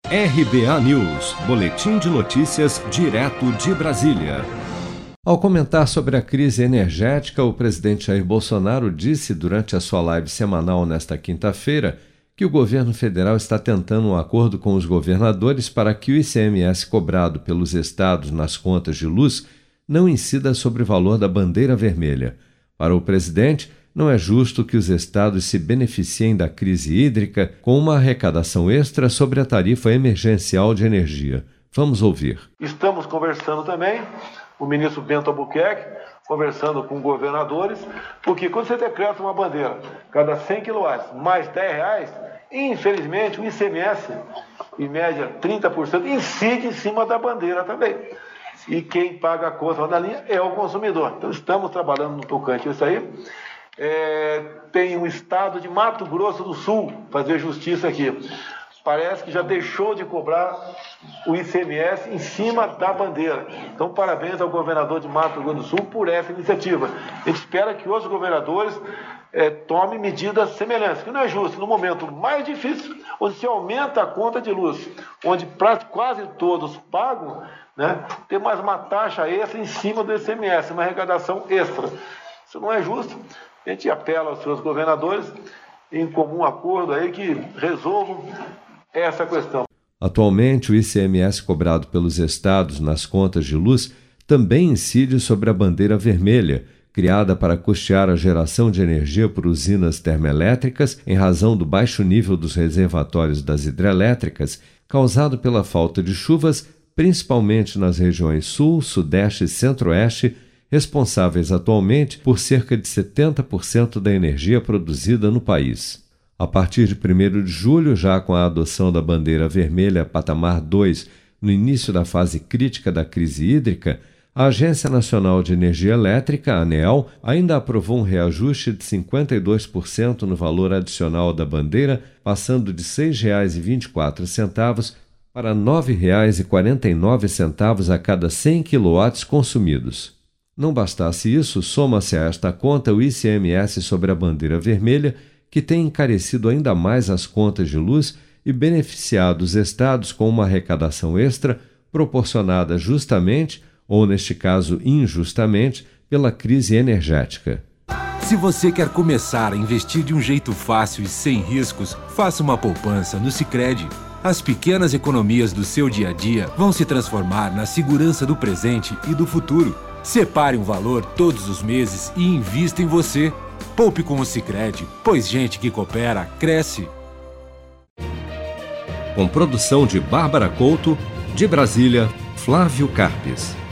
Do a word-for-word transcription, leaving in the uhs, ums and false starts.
R B A News, boletim de notícias direto de Brasília. Ao comentar sobre a crise energética, o presidente Jair Bolsonaro disse durante a sua live semanal nesta quinta-feira que o governo federal está tentando um acordo com os governadores para que o I C M S cobrado pelos estados nas contas de luz não incida sobre o valor da bandeira vermelha. Para o presidente, não é justo que os estados se beneficiem da crise hídrica com uma arrecadação extra sobre a tarifa emergencial de energia. Vamos ouvir. Estamos conversando também, o ministro Bento Albuquerque, conversando com governadores, porque quando você decreta uma bandeira, cada cem quilowatts mais dez reais, infelizmente o I C M S, em média trinta por cento, incide em cima da bandeira também. E quem paga a conta da linha é o consumidor. Então estamos trabalhando no tocante isso aí. É, tem o estado de Mato Grosso do Sul fazer justiça aqui. Parece que já deixou de cobrar o I C M S em cima da bandeira. Então, parabéns ao governador de Mato Grosso do Sul por essa iniciativa. A gente espera que outros governadores é, tomem medidas semelhantes, que não é justo. No momento mais difícil, onde se aumenta a conta de luz, onde pra, quase todos pagam, né, ter mais uma taxa extra em cima do I C M S, uma arrecadação extra. Isso não é justo. A gente apela aos seus governadores em comum acordo aí que resolvam essa questão. Atualmente, o I C M S cobrado pelos estados nas contas de luz também incide sobre a bandeira vermelha, criada para custear a geração de energia por usinas termoelétricas em razão do baixo nível dos reservatórios das hidrelétricas, causado pela falta de chuvas, principalmente nas regiões Sul, Sudeste e Centro-Oeste, responsáveis atualmente por cerca de setenta por cento da energia produzida no país. A partir de primeiro de julho, já com a adoção da bandeira vermelha patamar dois no início da fase crítica da crise hídrica, a Agência Nacional de Energia Elétrica, a ANEEL, ainda aprovou um reajuste de cinquenta e dois por cento no valor adicional da bandeira, passando de seis reais e vinte e quatro centavos para nove reais e quarenta e nove centavos a cada cem quilowatts consumidos. Não bastasse isso, soma-se a esta conta o I C M S sobre a bandeira vermelha, que tem encarecido ainda mais as contas de luz e beneficiado os estados com uma arrecadação extra proporcionada justamente, ou neste caso injustamente, pela crise energética. Se você quer começar a investir de um jeito fácil e sem riscos, faça uma poupança no Sicredi. As pequenas economias do seu dia a dia vão se transformar na segurança do presente e do futuro. Separe um valor todos os meses e invista em você. Poupe com o Sicredi, pois gente que coopera, cresce. Com produção de Bárbara Couto, de Brasília, Flávio Carpes.